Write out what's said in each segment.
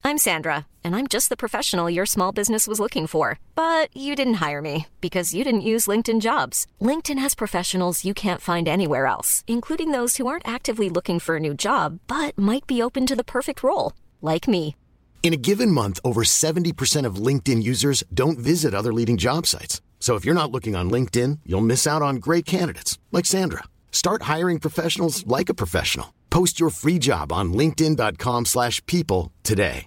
I'm Sandra, and I'm just the professional your small business was looking for. But you didn't hire me because you didn't use LinkedIn Jobs. LinkedIn has professionals you can't find anywhere else, including those who aren't actively looking for a new job, but might be open to the perfect role, like me. In a given month, over 70% of LinkedIn users don't visit other leading job sites. So if you're not looking on LinkedIn, you'll miss out on great candidates like Sandra. Start hiring professionals like a professional. Post your free job on linkedin.com/people today.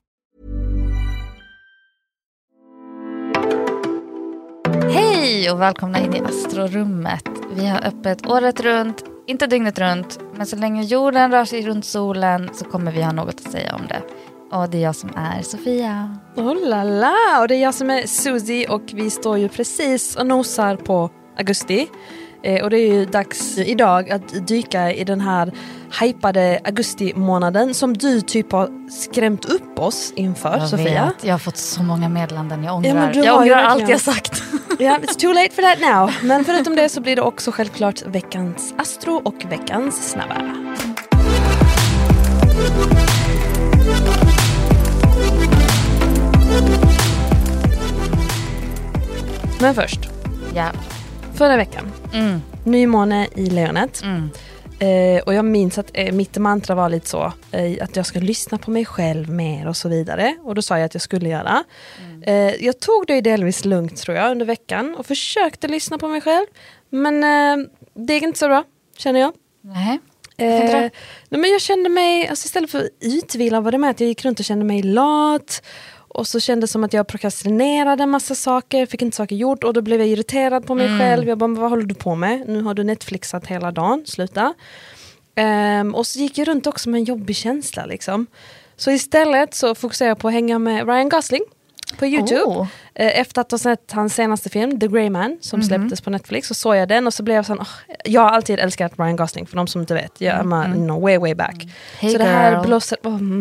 Hej och välkomna in i Astrorummet. Vi har öppet året runt, inte dygnet runt, men så länge jorden rör sig runt solen så kommer vi ha något att säga om det. Och det är jag som är Sofia. Oh la la, och det är jag som är Susie och vi står ju precis och nosar på augusti. Och det är ju dags idag att dyka i den här hypade augusti-månaden som du typ har skrämt upp oss inför, jag Sofia. Vet, jag har fått så många meddelanden, jag ångrar, jag ångrar allt jag sagt. Ja, it's too late for that now. Men förutom det så blir det också självklart veckans Astro och veckans snabba. Men först, förra veckan, nymåne i lejonet. Och jag minns att mitt mantra var lite så, att jag ska lyssna på mig själv mer och så vidare. Och då sa jag att jag skulle göra. Jag tog det delvis lugnt tror jag under veckan och försökte lyssna på mig själv. Men det gick inte så bra, känner jag. Nej. Nej, men jag kände mig, alltså istället för utvilad var det med att jag gick runt och kände mig lat. Och så kändes det som att jag prokrastinerade en massa saker. Fick inte saker gjort. Och då blev jag irriterad på mig själv. Jag bara, vad håller du på med? Nu har du Netflixat hela dagen. Sluta. Och så gick jag runt också med en jobbig känsla liksom. Så istället så fokuserade jag på att hänga med Ryan Gosling på YouTube. Efter att ha sett hans senaste film The Grey Man som släpptes på Netflix, så såg jag den och så blev jag sån, jag har alltid älskat Ryan Gosling, för de som inte vet, jag är way back. Hey så girl. det här blåser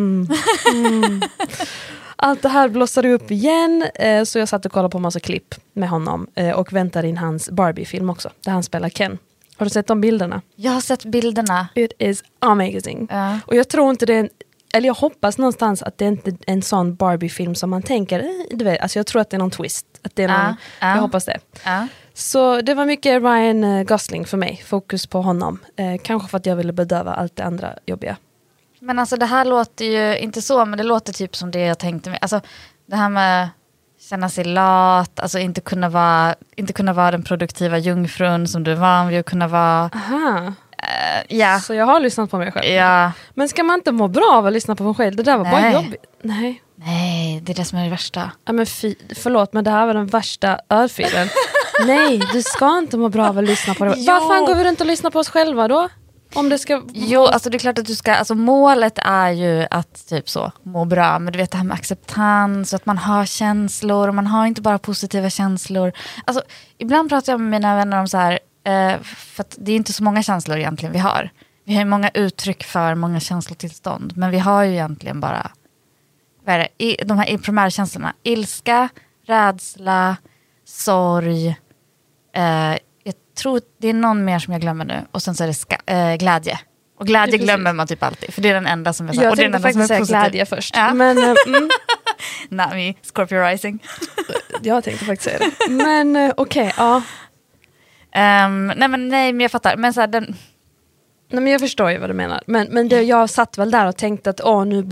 allt det här blossade upp igen, så jag satt och kollade på en massa klipp med honom och väntade in hans Barbie-film också, där han spelar Ken. Har du sett de bilderna? Jag har sett bilderna. It is amazing. Och jag tror inte det är eller jag hoppas någonstans att det inte är en sån Barbie-film som man tänker, du vet, alltså jag tror att det är någon twist, att det är någon, jag hoppas det. Så det var mycket Ryan Gosling för mig, fokus på honom. Kanske för att jag ville bedöva allt det andra jobbiga. Men alltså det här låter ju inte så, men det låter typ som det jag tänkte mig. Alltså det här med känna sig lat, alltså inte kunna vara den produktiva jungfrun som du är van vid att kunna vara. Aha. Ja. Så jag har lyssnat på mig själv. Ja. Men ska man inte må bra av att lyssna på mig själv? Det där var bara jobbigt. Nej, det är det som är det värsta. Ja, men förlåt, men det här var den värsta örfilen. Nej, du ska inte må bra av att lyssna på det. Varför går vi runt och lyssnar på oss själva då? Om det ska... Jo, alltså det är klart att du ska, alltså målet är ju att typ så må bra, men du vet det här med acceptans, att man har känslor och man har inte bara positiva känslor. Alltså ibland pratar jag med mina vänner om så här, för att det är inte så många känslor egentligen vi har. Vi har ju många uttryck för många känslotillstånd, men vi har ju egentligen bara de här primärkänslorna: ilska, rädsla, sorg, jag tror det är någon mer som jag glömmer nu. Och sen så är det glädje. Och glädje glömmer man typ alltid, för det är den enda som är så. Jag och det är tänkte faktiskt säga glädje först. Ja. Men, Nami, Scorpio Rising. Jag tänkte faktiskt säga det. Men okej, ja. Nej men jag fattar. Men så här, Nej, men jag förstår ju vad du menar. Men det, jag satt väl där och tänkte att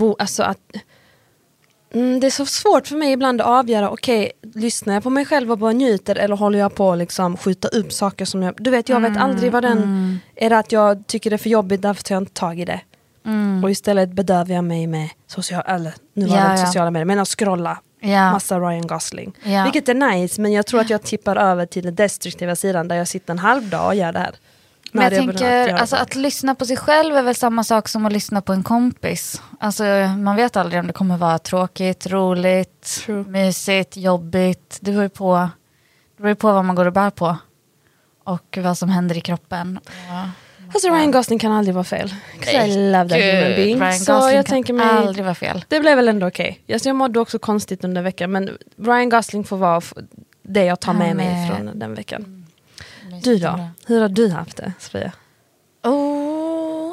det är så svårt för mig ibland att avgöra, okej, lyssnar jag på mig själv och bara njuter, eller håller jag på att liksom skjuta upp saker som jag... Du vet, jag vet aldrig vad den... Är det att jag tycker det är för jobbigt, därför tar jag inte tag i det. Och istället bedövar jag mig med sociala medier, men att scrolla massa Ryan Gosling. Vilket är nice, men jag tror att jag tippar över till den destruktiva sidan där jag sitter en halv dag och gör det här. Men jag tänker, alltså att lyssna på sig själv är väl samma sak som att lyssna på en kompis. Alltså man vet aldrig om det kommer vara tråkigt, roligt, mysigt, jobbigt. Det beror ju på vad man går och bär på. Och vad som händer i kroppen. Alltså Ryan Gosling kan aldrig vara fel. I love that human being. Ryan så Gosling jag tänker mig, aldrig vara fel. Det blev väl ändå okej. Jag mådde också konstigt under veckan, men Ryan Gosling får vara det jag tar med mig från den veckan. Du då? Hur har du haft det, Sofia? Oh,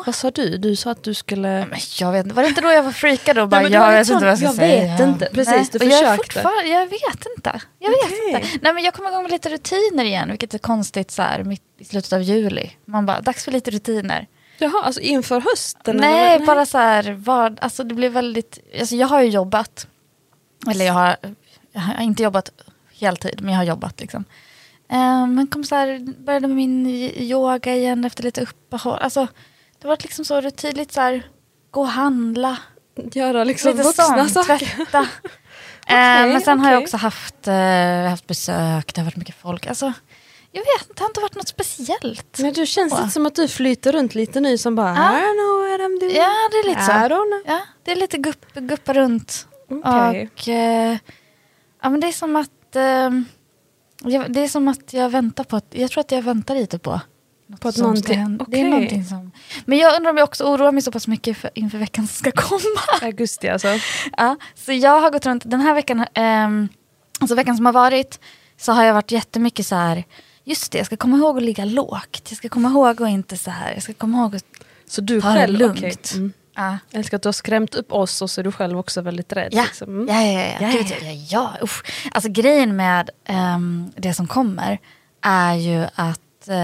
Vad sa du? Du sa att du skulle... Men jag vet inte. Var det inte då jag var freakad och bara, Nej, jag vet inte vad jag ska säga. Jag vet inte. Precis, Nej. du försökte. försökte. Jag vet inte. Nej, men jag kommer igång med lite rutiner igen, vilket är konstigt så här, i slutet av juli. Man bara, dags för lite rutiner. Jaha, alltså inför hösten? Nej, eller? bara så här, alltså det blir väldigt... Alltså jag har ju jobbat. Eller jag har inte jobbat heltid, men jag har jobbat liksom. Men kom så här, började med min yoga igen efter lite uppehåll. Alltså, det var liksom så tydligt så här, gå och handla. Göra liksom lite vuxna sånt, saker. tvätta. Men sen har jag också haft besök, det har varit mycket folk. Alltså, jag vet inte, det har inte varit något speciellt. Men du känns lite som att du flyter runt lite nu som bara, I don't know what I'm doing. Ja, det är lite så. I don't know. Ja, det är lite guppa runt. Okay. Och ja, men det är som att det är som att jag väntar på att, jag tror att jag väntar lite på att någonting. Okay. Det är någonting som, men jag undrar om jag också oroar mig så pass mycket inför veckan som ska komma. Augusti alltså. Ja, så jag har gått runt den här veckan, alltså veckan som har varit, så har jag varit jättemycket så här, just det, jag ska komma ihåg att ligga lågt. Jag ska komma ihåg att inte så här, jag ska komma ihåg att så du ta själv, det lugnt. Okay. Ja. Jag älskar att du har skrämt upp oss och så är du själv också väldigt rädd. Ja, liksom. ja. Alltså grejen med det som kommer är ju att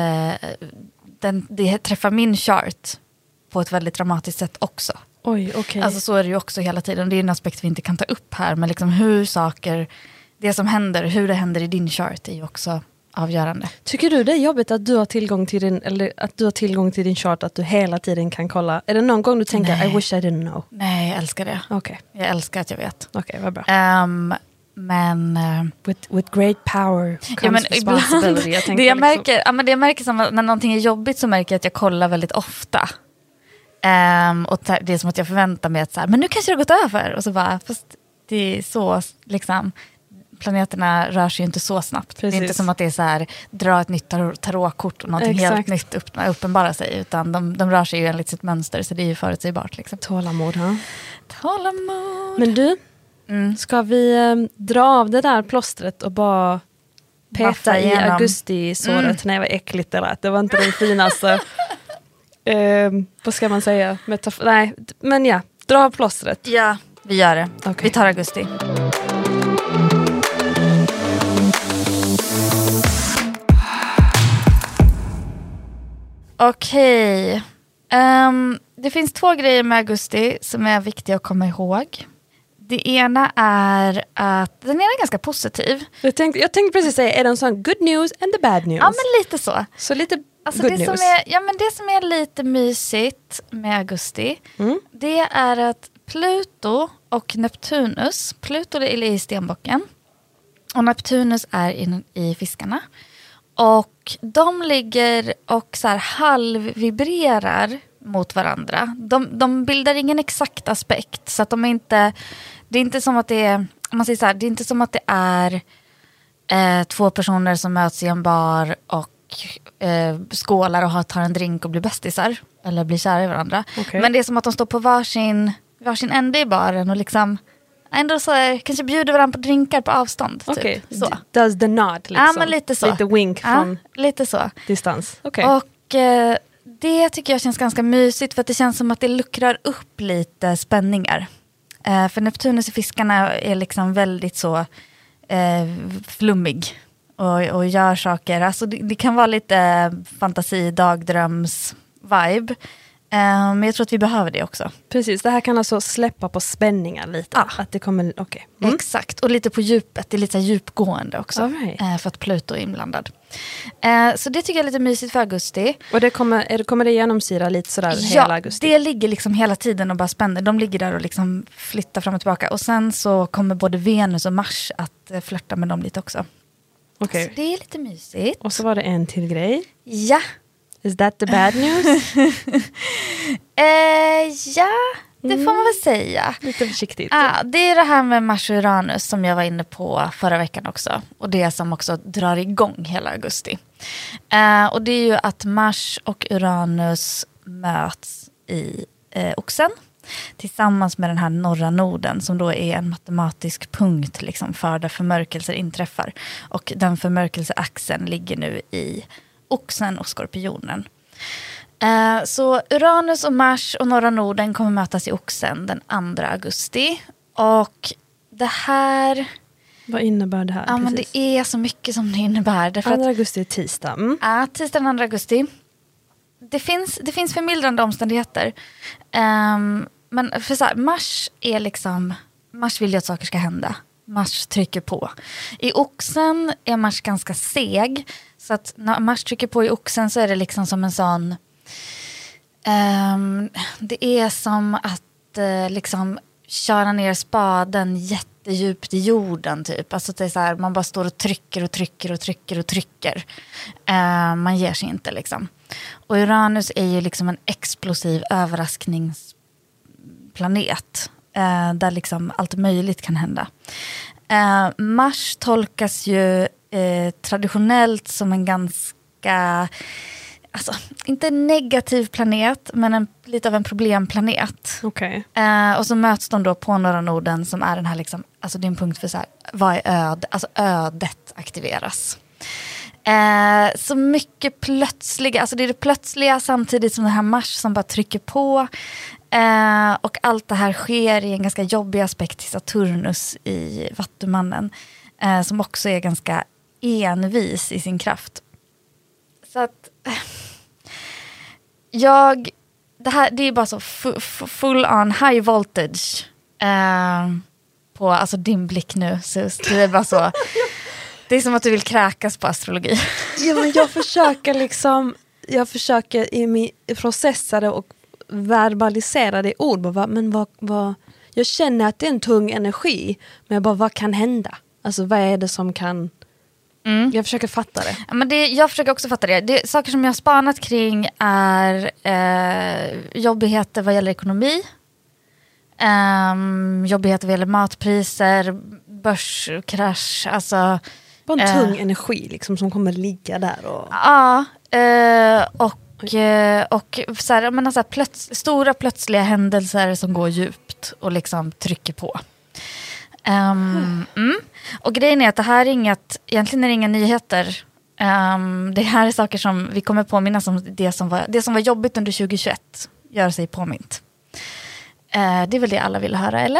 det träffar min chart på ett väldigt dramatiskt sätt också. Oj, okej. Alltså så är det ju också hela tiden. Det är en aspekt vi inte kan ta upp här, men liksom hur saker, det som händer, hur det händer i din chart är ju också avgörande. Tycker du det är jobbigt att du har tillgång till din chart, att du hela tiden kan kolla? Är det någon gång du tänker, Nej. I wish I didn't know? Nej, jag älskar det. Okay. Jag älskar att jag vet. Okej, vad bra. Men with great power comes responsibility. Jag märker som att när någonting är jobbigt så märker jag att jag kollar väldigt ofta. Och det är som att jag förväntar mig att så här, men nu kanske det har gått över. Och så bara, fast det är så liksom, planeterna rör sig ju inte så snabbt. Precis. Det är inte som att det är så här, dra ett nytt tarotkort och någonting helt nytt uppenbara sig. Utan de rör sig ju enligt sitt mönster, så det är ju förutsägbart. Liksom. Tålamod. Men du, ska vi dra av det där plåstret och bara peta i augusti-såret? Nej, vad äckligt det lät. Det var inte det finaste. Vad ska man säga? Nej, men ja, dra av plåstret. Ja, vi gör det. Okay. Vi tar augusti. Okej. Det finns 2 grejer med augusti som är viktiga att komma ihåg. Det ena är att den ena är ganska positiv. Jag tänkte precis säga, är det en sån good news and the bad news? Ja, men lite så. Så lite alltså good det news. Det som är lite mysigt med augusti, det är att Pluto och Neptunus, Pluto är i stenbocken och Neptunus är i fiskarna. Och de ligger och så här halvvibrerar mot varandra. De bildar ingen exakt aspekt, så att det är inte som att det är, om man säger så här, det är inte som att det är 2 personer som möts i en bar och skålar och tar en drink och blir bästisar eller blir kära i varandra. Okay. Men det är som att de står på varsin ände i baren och liksom ändå så här, kanske bjuder varandra på drinkar på avstånd. Okay. Typ. Så. Does the nod liksom? Ja, men lite så. Lite wink från lite så. Distans. Okay. Och det tycker jag känns ganska mysigt, för att det känns som att det luckrar upp lite spänningar. För Neptunus i fiskarna är liksom väldigt så flummig och gör saker. Alltså det kan vara lite fantasi, dagdröms vibe. Men jag tror att vi behöver det också. Precis, det här kan alltså släppa på spänningar lite. Att det kommer, okay. Exakt, och lite på djuppet. Det är lite djupgående också. Right. För att Pluto är inblandad. Så det tycker jag är lite mysigt för augusti. Och kommer det genomsyra lite sådär hela augusti? Det ligger liksom hela tiden och bara spänner. De ligger där och liksom flyttar fram och tillbaka. Och sen så kommer både Venus och Mars att flirta med dem lite också. Okay. Så det är lite mysigt. Och så var det en till grej. Ja. Is that the bad news? Ja, det får man väl säga. Lite försiktigt. Det är det här med Mars och Uranus som jag var inne på förra veckan också. Och det som också drar igång hela augusti. Och det är ju att Mars och Uranus möts i Oxen. Tillsammans med den här norra noden som då är en matematisk punkt liksom, för där förmörkelser inträffar. Och den förmörkelseaxeln ligger nu i Oxen och Skorpionen. Så Uranus och Mars och norra Norden kommer mötas i Oxen den 2 augusti. Och det här... Vad innebär det här? Ja, men det är så mycket som det innebär. 2 augusti är tisdag. Ja, tisdag den 2 augusti. Det finns förmildrande omständigheter. Men för så här, Mars är liksom... Mars vill ju att saker ska hända. Mars trycker på. I Oxen är Mars ganska seg. Så att när Mars trycker på i Oxen så är det liksom som en sån... det är som att liksom köra ner spaden jättedjupt i jorden typ. Alltså det är så här, man bara står och trycker och trycker och trycker och trycker. Man ger sig inte liksom. Och Uranus är ju liksom en explosiv överraskningsplanet. Där liksom allt möjligt kan hända. Mars tolkas ju traditionellt som en ganska, alltså inte en negativ planet, men lite av en problemplanet. Okay. Och så möts de då på norra Norden som är den här liksom, alltså det är en punkt för så här, vad är öde? Alltså ödet aktiveras. Så mycket plötsliga, alltså det är det plötsliga samtidigt som den här Mars som bara trycker på. Och allt det här sker i en ganska jobbig aspekt till Saturnus i Vattumannen. Som också är ganska envis i sin kraft. Så att det är bara så full on high voltage på alltså din blick nu. Så det är bara så. Det är som att du vill kräkas på astrologi. Ja, men jag försöker processa det och verbalisera det i ord. Jag känner att det är en tung energi. Men jag bara, vad kan hända? Alltså vad är det som kan... Jag försöker fatta det. Ja, men jag försöker också fatta det. Saker som jag har spanat kring är jobbigheter vad gäller ekonomi. Jobbigheter vad gäller matpriser, börskrasch. Alltså, bara en tung energi liksom, som kommer ligga där. Och... Ja, och så här, men alltså, stora plötsliga händelser som går djupt och liksom trycker på. Och grejen är att det här är egentligen är det inga nyheter. Det här är saker som vi kommer påminnas om det som var jobbigt under 2021 gör sig påmint. Det är väl det alla vill höra, eller?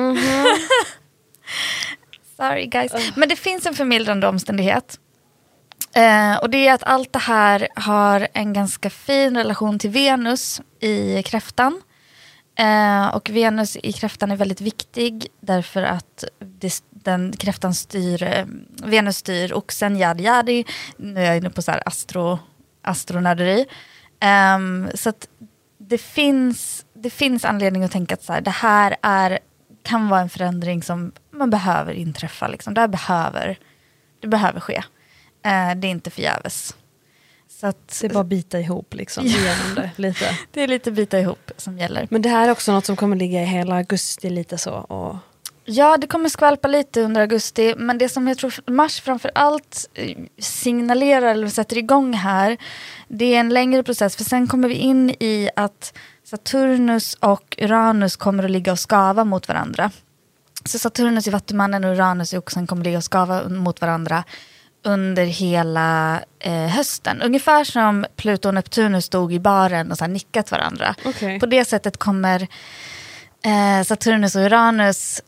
Sorry guys. Men det finns en förmildrande omständighet. Och det är att allt det här har en ganska fin relation till Venus i kräftan. Och Venus i kräftan är väldigt viktig därför att kräftan Venus styr Oxen, jadi. Nu är jag inne på så här astronörderi. Så att det finns anledning att tänka att så här, det här kan vara en förändring som man behöver inträffa. Liksom. Det behöver ske. Det är inte förgäves. Så att, det är bara bita ihop liksom. Genom det, lite. Det är lite bita ihop som gäller. Men det här är också något som kommer ligga i hela augusti lite så. Och... Ja, det kommer skvalpa lite under augusti. Men det som jag tror Mars framför allt signalerar eller sätter igång här, det är en längre process. För sen kommer vi in i att Saturnus och Uranus kommer att ligga och skava mot varandra. Så Saturnus i Vattumannen och Uranus i Oxen kommer att ligga och skava mot varandra under hela hösten. Ungefär som Pluto och Neptunus stod i baren och så här nickat varandra. Okay. På det sättet kommer Saturnus och Uranus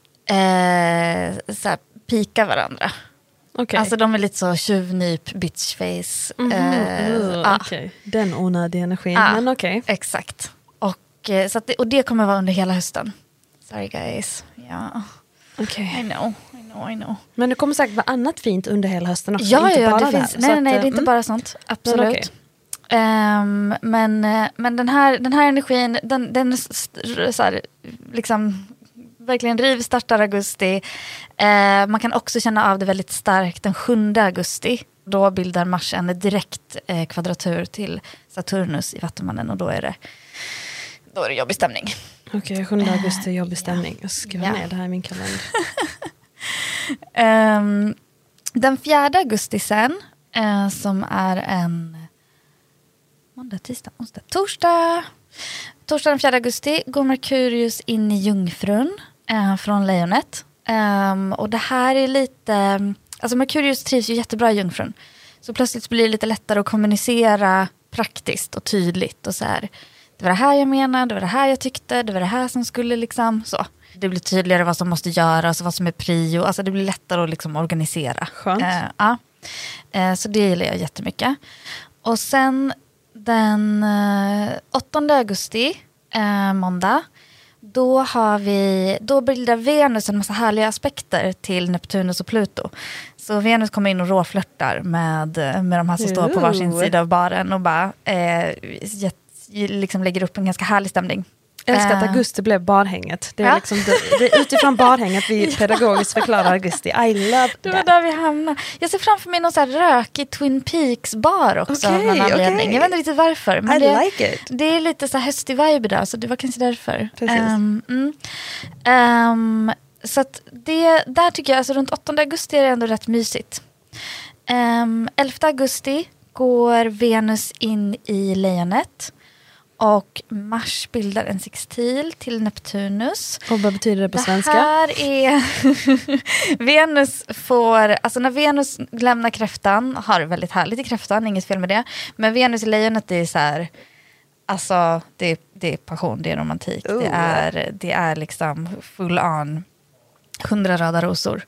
så här, pika varandra. Okay. Alltså de är lite så tjuvnyp, bitchface. Okay. Den onödiga energin. Men okej. Exakt. Och det kommer vara under hela hösten. Sorry guys. Ja. Okay. I know. Men det kommer säkert vara annat fint under hela hösten också. Ja, inte bara det finns. Nej, det är inte bara sånt. Absolut. Men den här energin, den så här, liksom verkligen rivstartar augusti. Man kan också känna av det väldigt starkt den 7 augusti. Då bildar Mars en direkt kvadratur till Saturnus i Vattumannen och då är det jobbig stämning. Okej, 7 augusti jobbig stämning. Jag skriver ner det här i min kalender. Den 4 augusti sen, som är en måndag, tisdag, onsdag, torsdag den 4 augusti går Merkurius in i Jungfrun från Lejonet. Och det här är lite, alltså Merkurius trivs ju jättebra i Jungfrun. Så plötsligt blir det lite lättare att kommunicera praktiskt och tydligt. Och så här, det var det här jag menade, det var det här jag tyckte, det var det här som skulle liksom så. Det blir tydligare vad som måste göras och vad som är prio. Alltså det blir lättare att liksom organisera. Skönt. Så det gillar jag jättemycket. Och sen den 8 augusti, måndag, då bildar Venus en massa härliga aspekter till Neptunus och Pluto. Så Venus kommer in och råflörtar med de här som står på varsin sida av baren och bara liksom lägger upp en ganska härlig stämning. Jag älskar att augusti blev barhänget. Det är, liksom, det är utifrån barhänget vi pedagogiskt förklarar augusti. I love that. Det var där vi hamnade. Jag ser framför mig någon så här rökig Twin Peaks bar också. Av någon anledning. Jag vet inte riktigt varför. Men det är lite så här höstig vibe där. Så det var kanske därför. Så att där tycker jag, alltså runt 8 augusti är det ändå rätt mysigt. 11 augusti går Venus in i lejonet. Och Mars bildar en sextil till Neptunus. Och vad betyder det på svenska? Det här är Venus får, alltså när Venus lämnar kräftan, har det väldigt härligt i kräftan, inget fel med det. Men Venus i lejonet, det är så här, alltså det är passion, det är romantik. Det är liksom full on 100 röda rosor.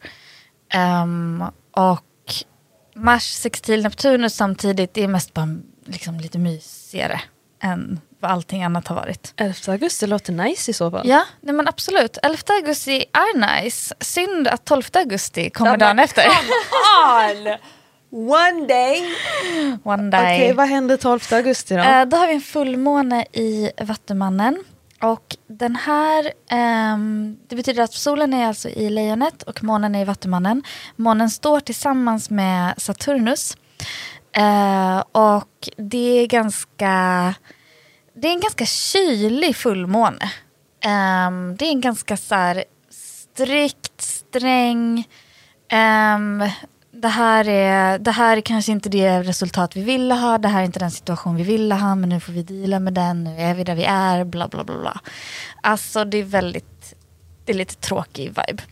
Och Mars sextil Neptunus samtidigt, det är mest bara liksom lite mysigare än vad allting annat har varit. 11 augusti låter nice i så fall. Ja, nej men absolut. 11 augusti är nice. Synd att 12 augusti kommer dagen efter. Come on! One day. Okej, vad händer 12 augusti då? Då har vi en fullmåne i Vattumannen. Och den här, det betyder att solen är alltså i lejonet och månen är i Vattumannen. Månen står tillsammans med Saturnus. Och det är en ganska kylig fullmåne. Det är en ganska så här strikt, sträng. Det här är kanske inte det resultat vi ville ha. Det här är inte den situation vi ville ha. Men nu får vi deala med den. Nu är vi där vi är. Bla bla bla bla. Alltså det är lite tråkig vibe.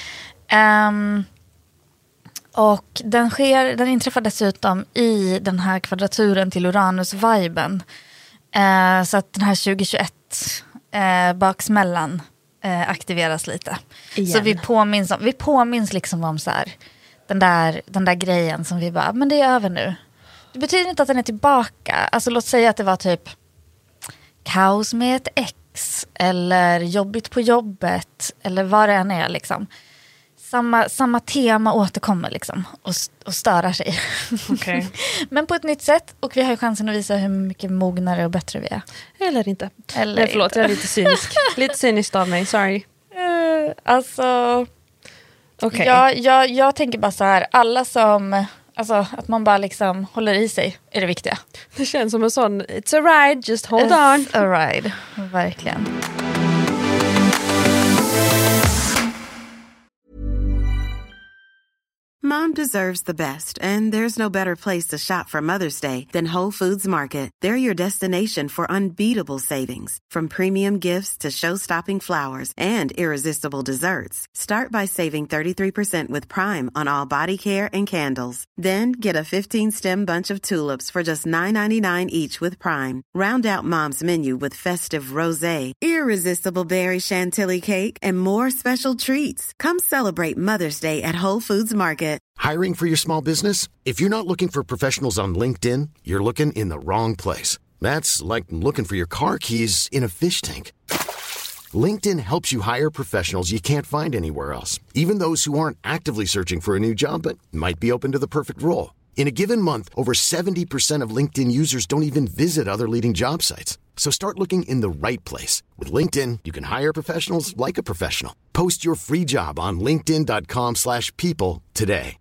Och den inträffar dessutom i den här kvadraturen till Uranus-viben. Så att den här 2021 baksmällan aktiveras lite. Igen. Så vi påminns liksom om så här, den där grejen som vi bara, men det är över nu. Det betyder inte att den är tillbaka. Alltså låt säga att det var typ kaos med ett ex eller jobbigt på jobbet eller vad det än är liksom. Samma tema återkommer liksom och störar sig. Okay. Men på ett nytt sätt. Och vi har ju chansen att visa hur mycket mognare och bättre vi är. Eller inte. Nej, förlåt, jag är lite cynisk. Lite cyniskt av mig, sorry. Alltså... Okay. Jag tänker bara så här, alla som... Alltså att man bara liksom håller i sig är det viktiga. Det känns som en sån, it's a ride, just hold on. It's a ride, verkligen. Mom deserves the best, and there's no better place to shop for Mother's Day than Whole Foods Market. They're your destination for unbeatable savings, from premium gifts to show-stopping flowers and irresistible desserts. Start by saving 33% with Prime on all body care and candles. Then get a 15-stem bunch of tulips for just $9.99 each with Prime. Round out Mom's menu with festive rosé, irresistible berry chantilly cake, and more special treats. Come celebrate Mother's Day at Whole Foods Market. Hiring for your small business? If you're not looking for professionals on LinkedIn, you're looking in the wrong place. That's like looking for your car keys in a fish tank. LinkedIn helps you hire professionals you can't find anywhere else, even those who aren't actively searching for a new job but might be open to the perfect role. In a given month, over 70% of LinkedIn users don't even visit other leading job sites. So start looking in the right place. With LinkedIn, you can hire professionals like a professional. Post your free job on linkedin.com/people today.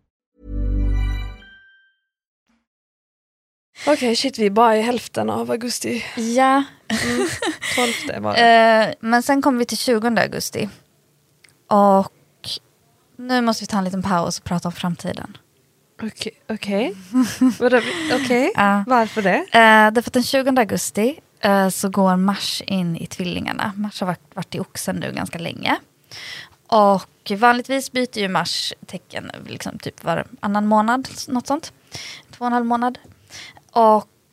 Okej, shit, vi är bara i hälften av augusti. Ja. 12 var det. Men sen kommer vi till 20 augusti. Och nu måste vi ta en liten paus och prata om framtiden. Okej. Varför det? Därför att den 20 augusti så går Mars in i tvillingarna. Mars har varit i Oxen nu ganska länge. Och vanligtvis byter ju Mars tecken liksom typ varannan månad, något sånt. 2,5 månad. Och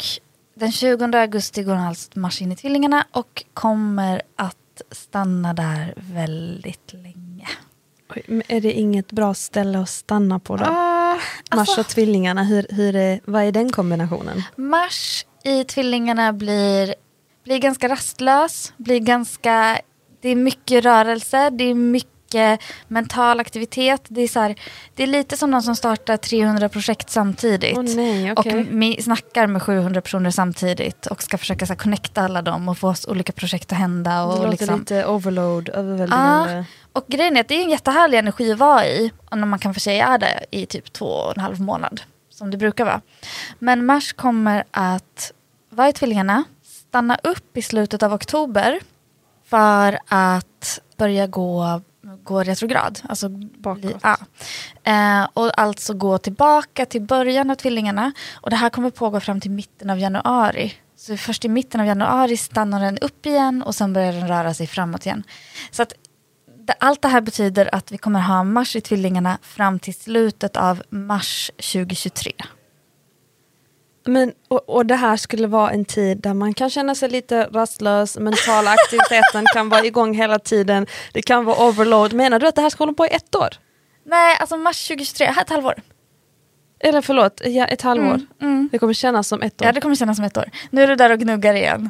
den 20 augusti går alltså Mars in i tvillingarna och kommer att stanna där väldigt länge. Oj, men är det inget bra ställe att stanna på då? Mars och tvillingarna, vad är den kombinationen? Mars i tvillingarna blir ganska rastlös, det är mycket rörelse, det är mycket mental aktivitet. Det är lite som någon som startar 300 projekt samtidigt. Nej, okay. Och snackar med 700 personer samtidigt och ska försöka connecta alla dem och få olika projekt att hända. Och det låter lite overload, överväldigande. Och grejen är att det är en jättehärlig energi att vara i, och när man kan för sig är det i typ 2,5 månad som det brukar vara. Men Mars kommer att vara i tvillingarna, stanna upp i slutet av oktober för att börja gå retrograd. Alltså bakåt. Och alltså gå tillbaka till början av tvillingarna. Och det här kommer pågå fram till mitten av januari. Så först i mitten av januari stannar den upp igen och sen börjar den röra sig framåt igen. Så att allt det här betyder att vi kommer ha Mars i tvillingarna fram till slutet av mars 2023. Men, och det här skulle vara en tid där man kan känna sig lite rastlös, mentala aktiviteten kan vara igång hela tiden, det kan vara overload. Menar du att det här ska hålla på i 1 år? Nej, alltså mars 2023, här ett halvår. Eller förlåt, ja, ett halvår. Det kommer kännas som 1 år. Ja, det kommer kännas som 1 år. Nu är du där och gnuggar igen.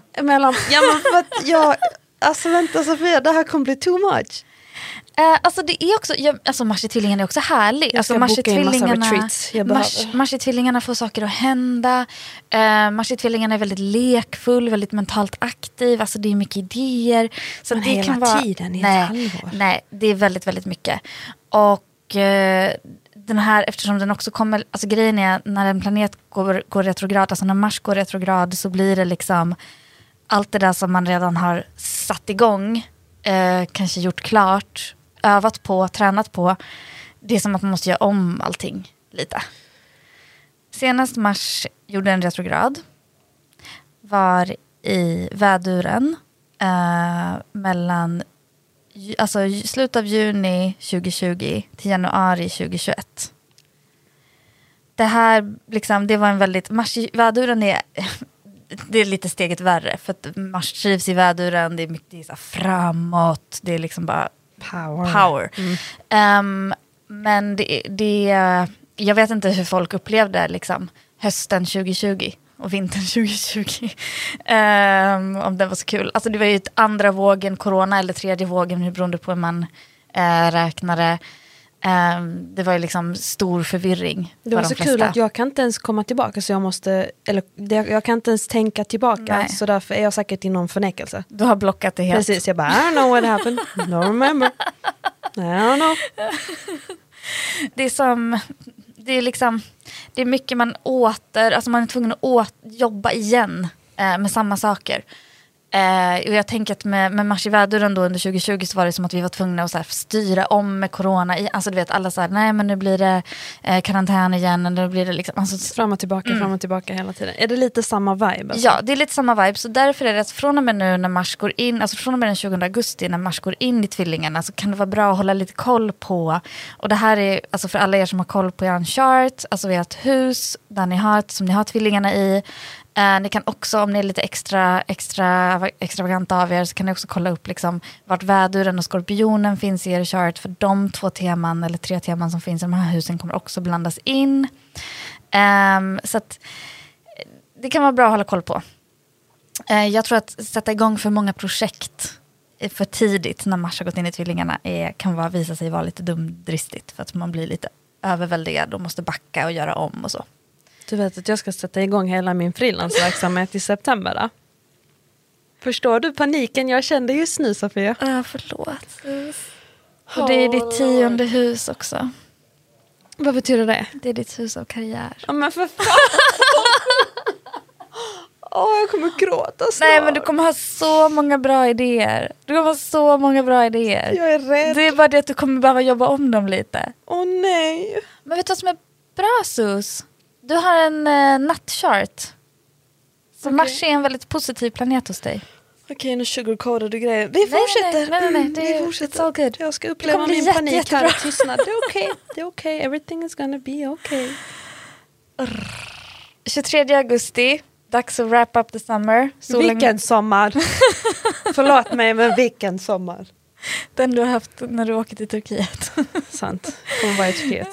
Alltså vänta Sofia, det här kommer bli too much. Alltså det är också, alltså Mars i tvillingarna är också härlig. Jag ska boka in massa retreats. Mars i tvillingarna får saker att hända. Mars i tvillingarna är väldigt lekfull, väldigt mentalt aktiv. Alltså det är mycket idéer. Så men det hela kan vara, tiden i ett halvår? Nej, det är väldigt, väldigt mycket. Och den här, eftersom den också kommer, alltså grejen är när en planet går retrograd, alltså när Mars går retrograd så blir det liksom allt det där som man redan har satt igång, kanske gjort klart, övat på, tränat på. Det är som att man måste göra om allting lite. Senast Mars gjorde en retrograd var i väduren mellan slutet av juni 2020 till januari 2021. Det här liksom, det var en väldigt, Mars i väduren det är lite steget värre för att Mars trivs i väduren, det är mycket, det är så framåt, det är liksom bara power. Men jag vet inte hur folk upplevde liksom hösten 2020 och vintern 2020 om det var så kul. Alltså det var ju andra vågen corona eller tredje vågen, hur beroende på hur man räknade. Det var ju liksom stor förvirring. Det var så kul att jag kan inte ens komma tillbaka, så jag kan inte ens tänka tillbaka. Nej. Så därför är jag säkert i någon förnekelse. Du har blockat det helt. Precis, jag bara I don't know what happened. No remember. I don't know. Det är mycket man är tvungen att jobba igen med samma saker. Och jag tänker att med Mars i väduren då under 2020 så var det som att vi var tvungna att så här styra om med corona. Alltså du vet, alla så här, nej men nu blir det karantän igen. Eller blir det liksom, alltså, fram och tillbaka hela tiden. Är det lite samma vibe? Alltså? Ja, det är lite samma vibe. Så därför är det att från och med nu när Mars går in, alltså från och med den 20 augusti när Mars går in i tvillingarna, så kan det vara bra att hålla lite koll på. Och det här är alltså för alla er som har koll på er chart, alltså ert hus där som ni har tvillingarna i. Ni kan också, om ni är lite extravaganta av er, så kan ni också kolla upp liksom vart väduren och skorpionen finns i er chart, för de 2 teman eller 3 teman som finns i de här husen kommer också blandas in. Så att det kan vara bra att hålla koll på. Jag tror att sätta igång för många projekt för tidigt när Mars har gått in i tvillingarna kan visa sig vara lite dumdristigt, för att man blir lite överväldigad och måste backa och göra om och så. Du vet att jag ska sätta igång hela min frilansverksamhet i september då? Förstår du paniken jag kände just nu, Sofia? Ja, förlåt. Och det är ditt 10:e hus också. Vad betyder det? Det är ditt hus av karriär. Ja, men för fan! Jag kommer gråta snart. Nej, men du kommer ha så många bra idéer. Jag är rädd. Det är bara det att du kommer behöva jobba om dem lite. Nej. Men vet du vad som är bra, Sus? Du har en nattchart. Så okay. Mars är en väldigt positiv planet hos dig. Okej, nu sugarcoatar du grejer. Vi fortsätter. Nej. Vi fortsätter. It's all good. Jag ska uppleva min panik här och tystnad. Det är okej. Everything is gonna be okay. 23 augusti Dags att wrap up the summer. Vilken sommar? Förlåt mig, men vilken sommar? Den du har haft när du åker till Turkiet. Sant, kommer vara i Turkiet.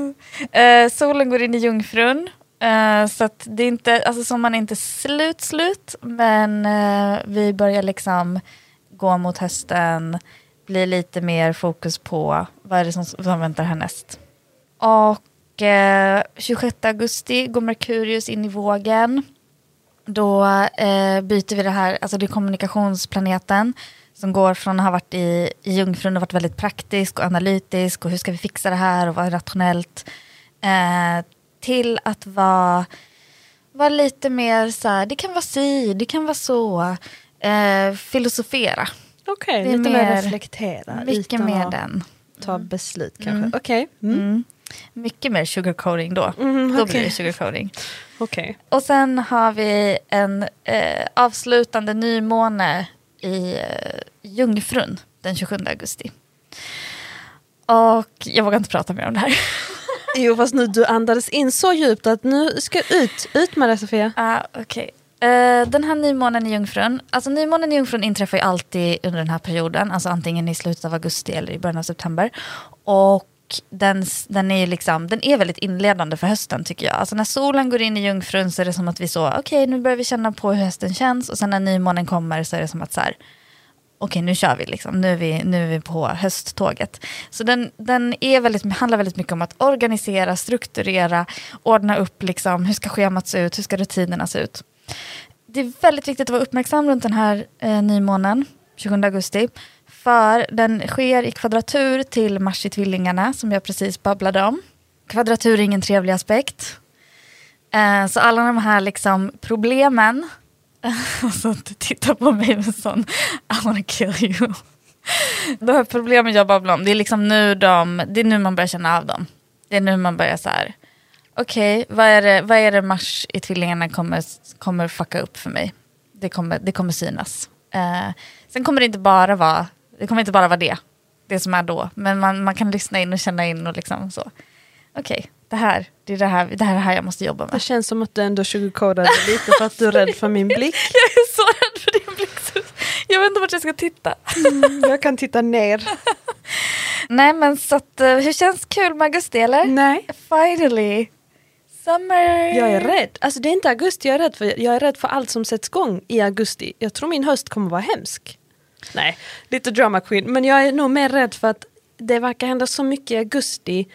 Solen går in i Jungfrun. Så att det är inte, alltså sommaren är inte slut, men vi börjar liksom gå mot hösten, bli lite mer fokus på vad är det som väntar härnäst. Och 26 augusti går Merkurius in i vågen. Då byter vi det här, alltså det är kommunikationsplaneten som går från att ha varit i Jungfrun och varit väldigt praktisk och analytisk och hur ska vi fixa det här och vara rationellt, till att vara lite mer så här, det kan vara det kan vara så, filosofera. Okej, Det är lite mer reflektera. Mycket mer den. Ta beslut kanske. Okej. Mycket mer sugarcoating då. Då blir det sugarcoating. Okej. Och sen har vi en avslutande nymåne i Jungfrun den 27 augusti. Och jag vågar inte prata mer om det här. Jo, fast nu du andades in så djupt att nu ska ut med det, Sofia. Okej. Den här nymånen i Jungfrun, alltså nymånen i Jungfrun inträffar ju alltid under den här perioden, alltså antingen i slutet av augusti eller i början av september. Och den är liksom, den är väldigt inledande för hösten tycker jag. Alltså när solen går in i Jungfrun så är det som att vi okej, nu börjar vi känna på hur hösten känns, och sen när nymånen kommer så är det som att så här, okej, nu kör vi liksom, nu är vi på hösttåget. Så den handlar väldigt mycket om att organisera, strukturera, ordna upp liksom, hur ska schemat se ut, hur ska rutinerna se ut. Det är väldigt viktigt att vara uppmärksam runt den här nymånen 27 augusti. För den sker i kvadratur till Mars i tvillingarna som jag precis babblade om. Kvadratur är ingen trevlig aspekt. Så alla de här liksom problemen, alltså titta på mig med sån I wanna kill you. De här problemen jag babblar om, det är liksom det är nu man börjar känna av dem. Det är nu man börjar så här. Okej, vad är det Mars i tvillingarna kommer fucka upp för mig? Det kommer synas. Sen kommer det inte bara vara det som är då. Men man kan lyssna in och känna in och liksom så. Okej, det är det här jag måste jobba med. Det känns som att du ändå sugarcoadade lite för att du är rädd för min blick. Jag är så rädd för din blick. Jag vet inte vart jag ska titta. Jag kan titta ner. Nej, men så att, hur känns kul med augusti, eller? Nej. Finally. Summer. Jag är rädd. Alltså det är inte augusti jag är rädd för. Jag är rädd för allt som sätts igång i augusti. Jag tror min höst kommer vara hemsk. Nej, lite drama queen. Men jag är nog mer rädd för att det verkar hända så mycket i augusti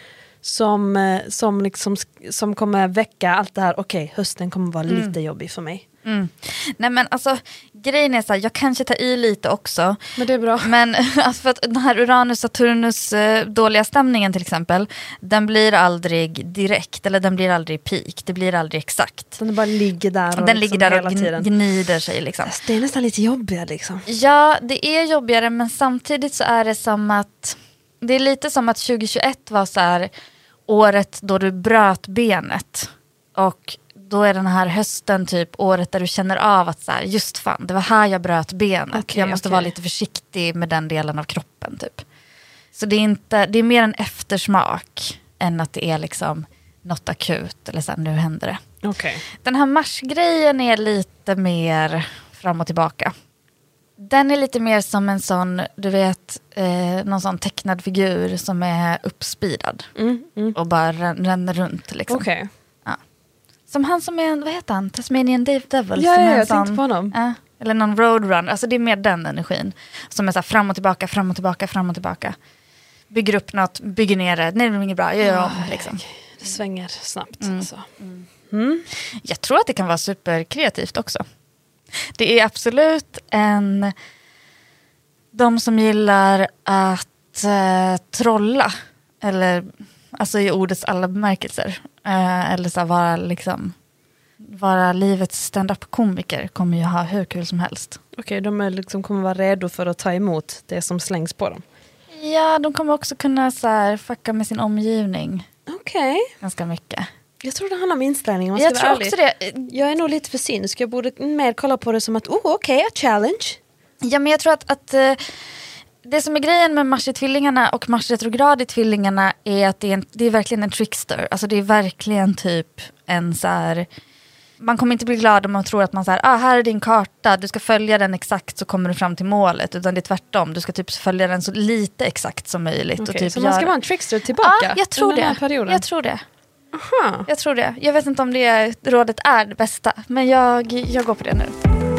som kommer väcka allt det här. Okej, hösten kommer vara lite jobbig för mig. Nej, men alltså grejen är så här, jag kanske tar i lite också. Men det är bra. Men alltså, för att den här Uranus-Saturnus dåliga stämningen till exempel, den blir aldrig direkt, eller den blir aldrig peak, det blir aldrig exakt. Den bara ligger där och, den ligger där och tiden gnider sig liksom. Alltså, det är nästan lite jobbigare liksom. Ja, det är jobbigare, men samtidigt så är det som att det är lite som att 2021 var så här året då du bröt benet, och då är den här hösten typ året där du känner av att så här, just fan, det var här jag bröt benet. Jag måste vara lite försiktig med den delen av kroppen typ. Så det är mer en eftersmak än att det är liksom något akut eller så här, nu händer det. Okay. Den här Mars-grejen är lite mer fram och tillbaka. Den är lite mer som en sån, du vet, någon sån tecknad figur som är uppspidad och bara ränner runt liksom. Okay. Som han som är, vad heter han? Tasmanian Devil. Ja, som jag tänkte på honom. Eller någon roadrun. Alltså det är mer den energin. Som är så här fram och tillbaka, fram och tillbaka, fram och tillbaka. Bygger upp något, bygger ner det. Nej, det är inget bra. Jag gör om liksom. Det svänger snabbt. Alltså. Jag tror att det kan vara superkreativt också. Det är absolut de som gillar att trolla. Eller alltså i ordets alla bemärkelser. Eller så vara livets stand-up-komiker kommer ju ha hur kul som helst. Okej, de är liksom kommer vara redo för att ta emot det som slängs på dem. Ja, de kommer också kunna så här fucka med sin omgivning. Okej. Ganska mycket. Jag tror det handlar om inställning. Jag tror också det. Jag är nog lite för synsk. Jag borde mer kolla på det som att, okej, a challenge. Ja, men jag tror att det som är grejen med Mars i tvillingarna och Mars retrograd i tvillingarna är att det är verkligen en trickster. Alltså det är verkligen typ en så här man kommer inte bli glad om man tror att man säger, här är din karta, du ska följa den exakt så kommer du fram till målet, utan det är tvärtom, du ska typ följa den så lite exakt som möjligt. Okay, och typ så man ska vara en trickster tillbaka? Ja, jag tror det. Jag tror det. Jag vet inte om det rådet är det bästa, men jag går på det nu.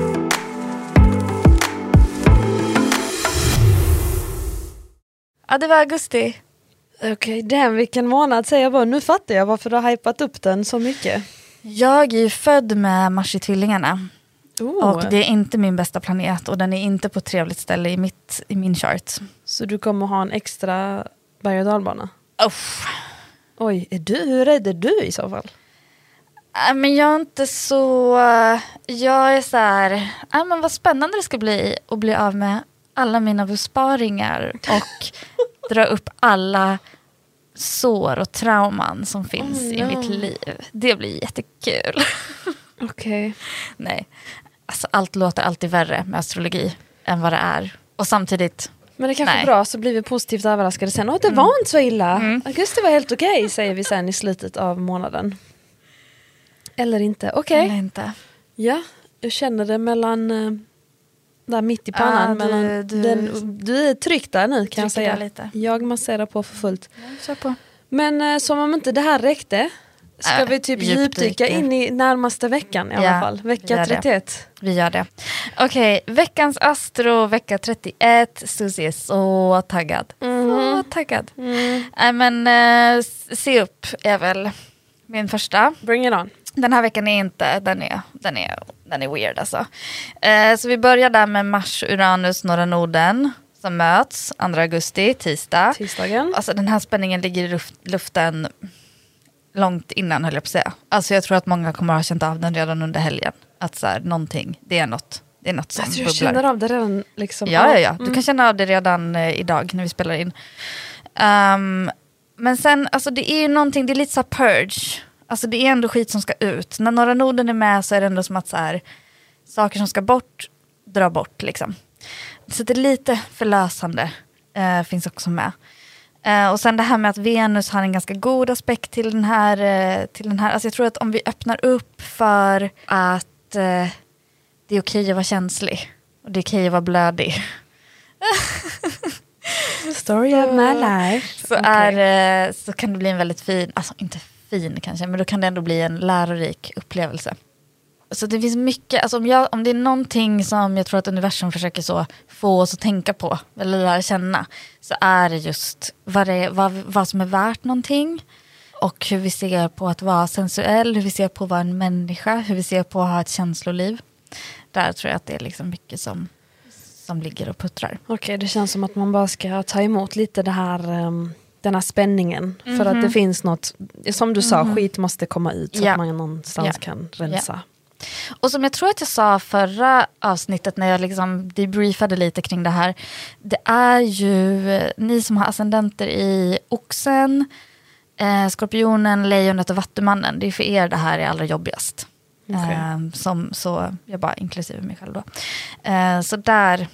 Ja, det var augusti. Okej, vilken månad säger jag bara. Nu fattar jag varför du har hypat upp den så mycket. Jag är ju född med Mars i tvillingarna. Och det är inte min bästa planet. Och den är inte på ett trevligt ställe i min chart. Så du kommer ha en extra berg- och dalbana? Oj, hur rädd är du i så fall? Men jag är inte så... Jag är så här... men vad spännande det ska bli att bli av med alla mina besparingar. Och dra upp alla sår och trauman som finns i mitt liv. Det blir jättekul. Okej. Nej, alltså allt låter alltid värre med astrologi än vad det är. Och samtidigt... Men det är kanske bra, så blir vi positivt överraskade sen. Det var inte så illa. Augusti var helt okej, säger vi sen i slutet av månaden. Eller inte. Okej. Eller inte. Ja, jag känner det mellan... där mitt i pannan. Du är tryckt där nu, kan jag säga. Lite. Jag masserar på för fullt. Kör på. Men som om inte det här räckte, ska vi typ djupdyka in i närmaste veckan i alla fall. Vecka 31. Vi gör det. Okej, veckans astro, vecka 31. Susie är så taggad. Så taggad. Men se upp är väl min första. Bring it on. Den här veckan är inte, den är weird alltså. Så vi börjar där med Mars, Uranus, norra Norden som möts 2 augusti, tisdagen. Alltså den här spänningen ligger i luften långt innan, höll jag på att säga. Alltså jag tror att många kommer att ha känt av den redan under helgen. Att så här, någonting, det är något som bubblar. Jag känner av det redan liksom. Ja. Du kan känna av det redan idag när vi spelar in. Men sen, alltså det är ju någonting, det är lite så här purge. Alltså det är ändå skit som ska ut. När norra Norden är med så är det ändå som att så här, saker som ska bort, dra bort liksom. Så det är lite förlösande finns också med. Och sen det här med att Venus har en ganska god aspekt till den här. Alltså jag tror att om vi öppnar upp för att det är okej att vara känslig. Och det är okej att vara blödig. Story of my life. Så kan det bli en väldigt fin, alltså inte fin kanske, men då kan det ändå bli en lärorik upplevelse. Så det finns mycket, alltså om det är någonting som jag tror att universum försöker så få oss att tänka på eller lära känna, så är det just vad som är värt någonting och hur vi ser på att vara sensuell, hur vi ser på att vara en människa, hur vi ser på att ha ett känsloliv. Där tror jag att det är liksom mycket som ligger och puttrar. Okej, det känns som att man bara ska ta emot lite det här, den här spänningen. För att det finns något, som du sa, skit måste komma ut så att man någonstans kan rensa. Och som jag tror att jag sa förra avsnittet när jag liksom debriefade lite kring det här. Det är ju ni som har ascendenter i Oxen, Skorpionen, Lejonet och Vattumannen. Det är för er det här är allra jobbigast. Så jag bara inklusive mig själv då. Så där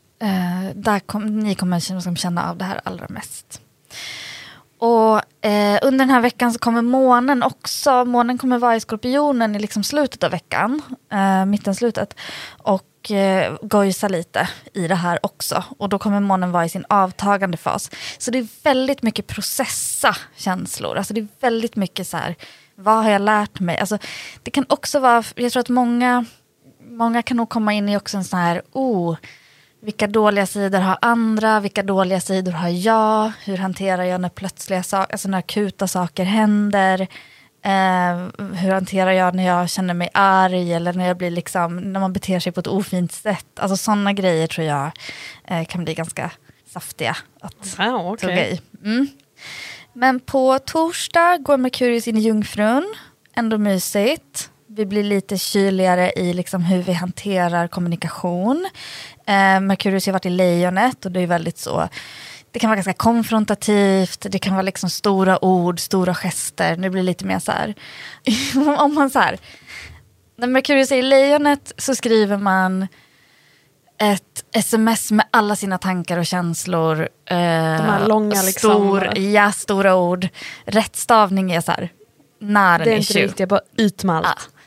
ni kommer känna av det här allra mest. Och under den här veckan så kommer månen också. Månen kommer vara i Skorpionen i liksom slutet av veckan. Mittenslutet. Och gojsa lite i det här också. Och då kommer månen vara i sin avtagande fas. Så det är väldigt mycket processa känslor. Alltså det är väldigt mycket så här, vad har jag lärt mig? Alltså det kan också vara, jag tror att många kan nog komma in i också en sån här, vilka dåliga sidor har andra? Vilka dåliga sidor har jag? Hur hanterar jag när plötsliga saker, alltså när akuta saker händer? Hur hanterar jag när jag känner mig arg? Eller när jag blir liksom, när man beter sig på ett ofint sätt? Alltså sådana grejer tror jag kan bli ganska saftiga att tugga i. Men på torsdag går Merkurius in i Jungfrun. Ändå mysigt. Vi blir lite kyligare i liksom hur vi hanterar kommunikation. Merkurius har varit i Lejonet och det är väldigt så. Det kan vara ganska konfrontativt. Det kan vara liksom stora ord, stora gester. Det blir lite mer så här. Om man så här. När Merkurius är i Lejonet så skriver man ett sms med alla sina tankar och känslor. De här långa liksom. Stora ord. Rätt stavning är så här. När det är inte riktigt, jag bara ut med allt.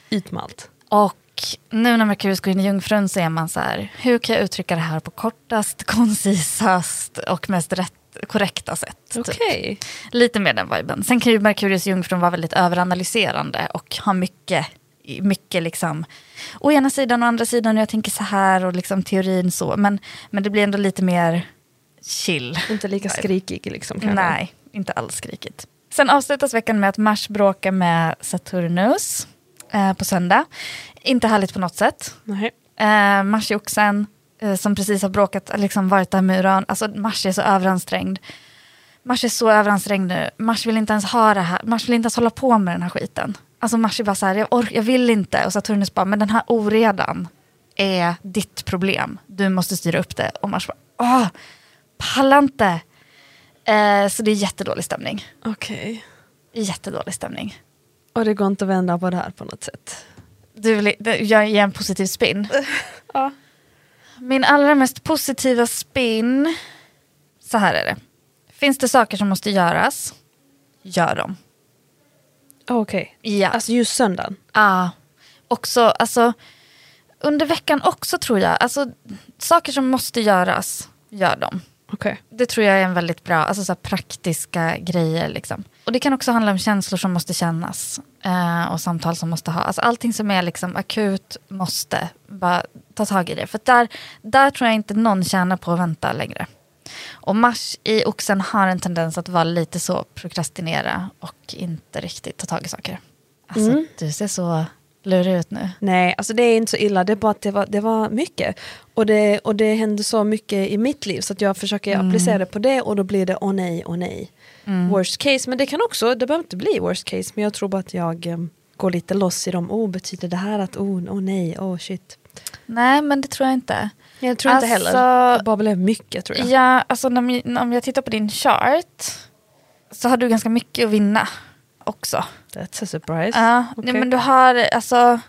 ut med allt. Och nu när Merkurius går in i Jungfrun så är man så här, hur kan jag uttrycka det här på kortast, koncisast och mest korrekta sätt? Okej. Typ. Lite mer den viben. Sen kan ju Merkurius i Jungfrun vara väldigt överanalyserande och ha mycket liksom å ena sidan och andra sidan, och jag tänker så här och liksom teorin så, men det blir ändå lite mer chill. Inte lika skrikig liksom kanske. Nej, inte alls skrikigt. Sen avslutas veckan med att Mars bråkar med Saturnus på söndag. Inte härligt på något sätt. Nej. Mars i Oxen som precis har bråkat, liksom varit där med Uran. Alltså Mars är så överansträngd. Mars är så överansträngd nu. Mars vill inte ens ha det här. Mars vill inte ens hålla på med den här skiten. Alltså Mars är bara så här, jag vill inte. Och Saturnus bara, men den här oredan är ditt problem. Du måste styra upp det. Och Mars bara, pallar inte. Så det är jättedålig stämning. Okej. Jättedålig stämning. Och det går inte att vända på det här på något sätt. Jag ger en positiv spin. Ja. Min allra mest positiva spin. Så här är det. Finns det saker som måste göras? Gör dem. Okej. Ja. Alltså just söndagen. Också, alltså under veckan också tror jag. Alltså saker som måste göras, gör dem. Okej. Det tror jag är en väldigt bra, alltså så här praktiska grejer liksom. Och det kan också handla om känslor som måste kännas. Och samtal som måste ha. Alltså allting som är liksom akut måste bara ta tag i det. För där tror jag inte någon tjänar på att vänta längre. Och Mars i Oxen har en tendens att vara lite så prokrastinera och inte riktigt ta tag i saker. Alltså du ser så lurig ut nu. Nej, alltså det är inte så illa. Det är bara att det var mycket. Och det hände så mycket i mitt liv så att jag försöker applicera det på det och då blir det åh nej. Worst case, men det kan också, det behöver inte bli worst case, men jag tror bara att jag går lite loss i dem. Betyder det här att nej, shit. Nej, men det tror jag inte. Jag tror inte heller. Det bara blev mycket tror jag. Ja, alltså om jag tittar på din chart så har du ganska mycket att vinna också. That's a surprise. Ja, Okay. nej, men du har alltså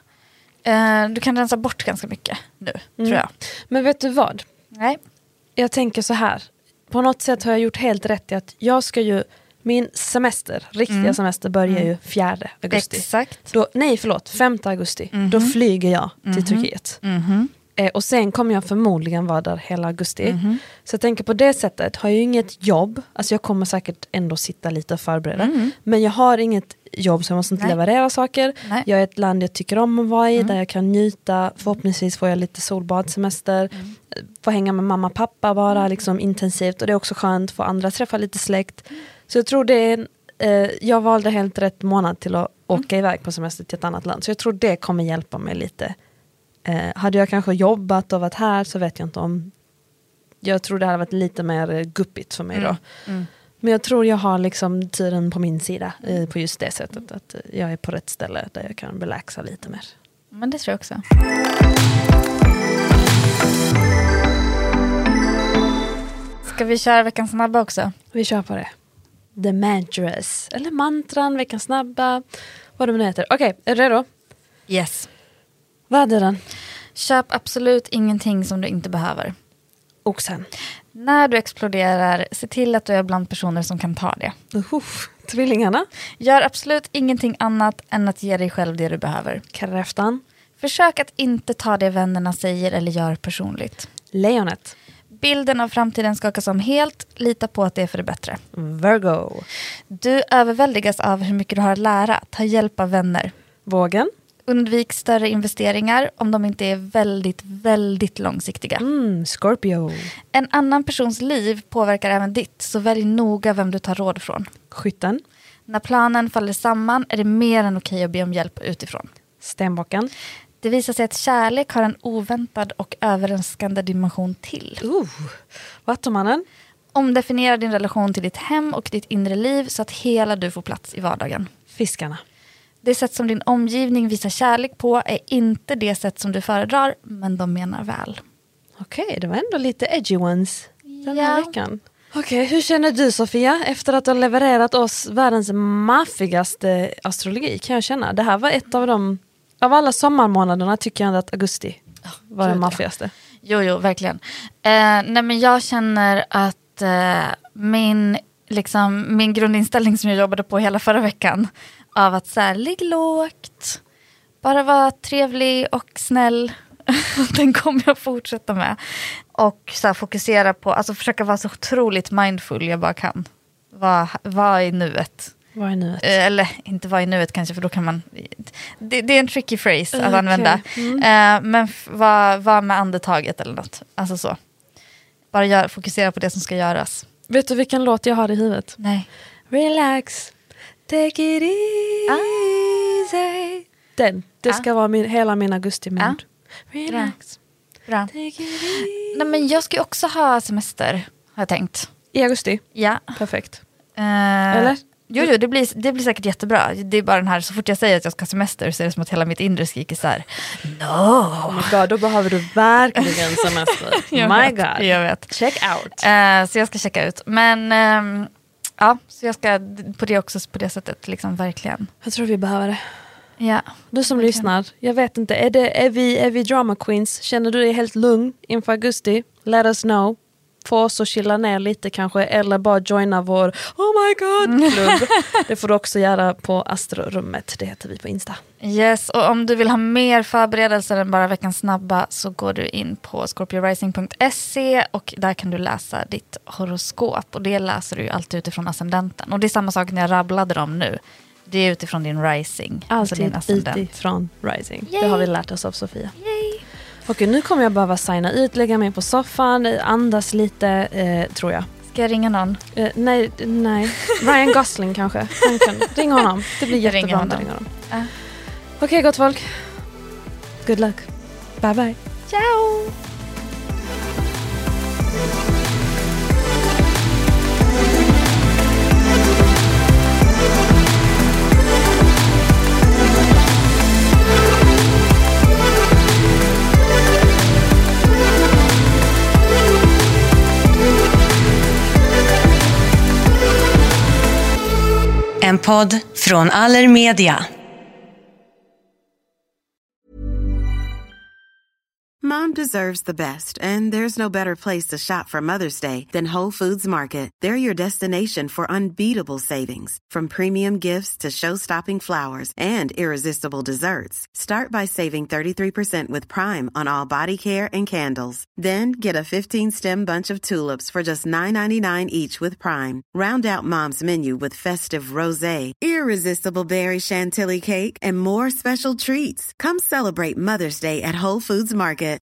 du kan rensa bort ganska mycket nu, tror jag. Men vet du vad? Nej. Jag tänker så här. På något sätt har jag gjort helt rätt i att jag ska ju, min semester, riktiga semester börjar ju 4 augusti. Exakt. 5 augusti. Då flyger jag till Turkiet. Och sen kommer jag förmodligen vara där hela augusti. Så jag tänker på det sättet har jag ju inget jobb. Alltså jag kommer säkert ändå sitta lite och förbereda. Men jag har inget jobb så jag måste inte leverera saker. Nej. Jag är ett land jag tycker om att vara i. Där jag kan njuta. Förhoppningsvis får jag lite solbadsemester. Få hänga med mamma och pappa bara liksom intensivt. Och det är också skönt för andra träffa lite släkt. Så jag tror det är jag valde helt rätt månad till att åka iväg på semester till ett annat land. Så jag tror det kommer hjälpa mig lite. Hade jag kanske jobbat och varit här så vet jag inte om. Jag tror det hade varit lite mer guppigt för mig då. Men jag tror jag har liksom tiden på min sida på just det sättet. Att jag är på rätt ställe där jag kan relaxa lite mer. Men det tror jag också. Ska vi köra veckans snabba också? Vi kör på det. The mantras. Eller mantran, veckans snabba. Vad de nu heter. Okej, är du redo? Yes. Vad är den? Köp absolut ingenting som du inte behöver. Oxen. När du exploderar, se till att du är bland personer som kan ta det. Tvillingarna. Gör absolut ingenting annat än att ge dig själv det du behöver. Kräftan. Försök att inte ta det vännerna säger eller gör personligt. Lejonet. Bilden av framtiden skakas om helt. Lita på att det är för det bättre. Virgo. Du överväldigas av hur mycket du har att lära. Ta hjälp av vänner. Vågen. Undvik större investeringar om de inte är väldigt, väldigt långsiktiga. Scorpio. En annan persons liv påverkar även ditt, så välj noga vem du tar råd från. Skytten. När planen faller samman är det mer än okej att be om hjälp utifrån. Stenbocken. Det visar sig att kärlek har en oväntad och överraskande dimension till. Vattumannen. Omdefiniera din relation till ditt hem och ditt inre liv så att hela du får plats i vardagen. Fiskarna. Det sätt som din omgivning visar kärlek på är inte det sätt som du föredrar, men de menar väl. Okej, det var ändå lite edgy ones den här veckan. Okej, hur känner du Sofia efter att du har levererat oss världens maffigaste astrologi? Kan jag känna. Det här var ett av de, av alla sommarmånaderna tycker jag att augusti var den maffigaste. Jo, verkligen. Nej, men jag känner att min grundinställning som jag jobbade på hela förra veckan av att så här, ligg lågt, bara vara trevlig och snäll. Den kommer jag fortsätta med. Och så här, fokusera på, alltså försöka vara så otroligt mindful jag bara kan. Vara i nuet. Vad är nuet? Eller inte vara i nuet kanske, för då kan man... Det är en tricky phrase att använda. Men vara med andetaget eller något. Alltså så. Bara fokusera på det som ska göras. Vet du vilken låt jag har i huvudet? Nej. Relax, take it easy. Den, det ska vara hela min augusti-mood. Relax. Bra. Take it easy. Nej, men jag ska ju också ha semester, har jag tänkt. I augusti? Ja. Perfekt. Eller? Jo, det blir säkert jättebra. Det är bara den här, så fort jag säger att jag ska ha semester så är det som att hela mitt inre skriker så här. No! Oh my god, då behöver du verkligen semester. God. Jag vet. Check out. Så jag ska checka ut. Men ja, så jag ska på det också, på det sättet liksom verkligen. Jag tror vi behöver det. Ja. Du som lyssnar, jag vet inte, är vi drama queens? Känner du dig helt lugn inför augusti? Let us know. Få oss att chilla ner lite kanske, eller bara joina vår oh my god klubb. Det får du också göra på Astrorummet, det heter vi på Insta. Yes, och om du vill ha mer förberedelser än bara veckans snabba så går du in på scorpiorising.se och där kan du läsa ditt horoskop, och det läser du ju alltid utifrån ascendenten. Och det är samma sak när jag rabblade dem nu. Det är utifrån din rising. Alltid alltså din utifrån rising. Yay. Det har vi lärt oss av Sofia. Yay. Okej, nu kommer jag behöva signa ut, lägga mig på soffan, andas lite, tror jag. Ska jag ringa någon? Nej. Ryan Gosling kanske. Ring honom. Det blir jättebra om du ringer honom. Okej, gott folk. Good luck. Bye bye. Ciao! En podd från Allermedia. Mom deserves the best, and there's no better place to shop for Mother's Day than Whole Foods Market. They're your destination for unbeatable savings, from premium gifts to show-stopping flowers and irresistible desserts. Start by saving 33% with Prime on all body care and candles. Then get a 15-stem bunch of tulips for just $9.99 each with Prime. Round out Mom's menu with festive rosé, irresistible berry chantilly cake, and more special treats. Come celebrate Mother's Day at Whole Foods Market.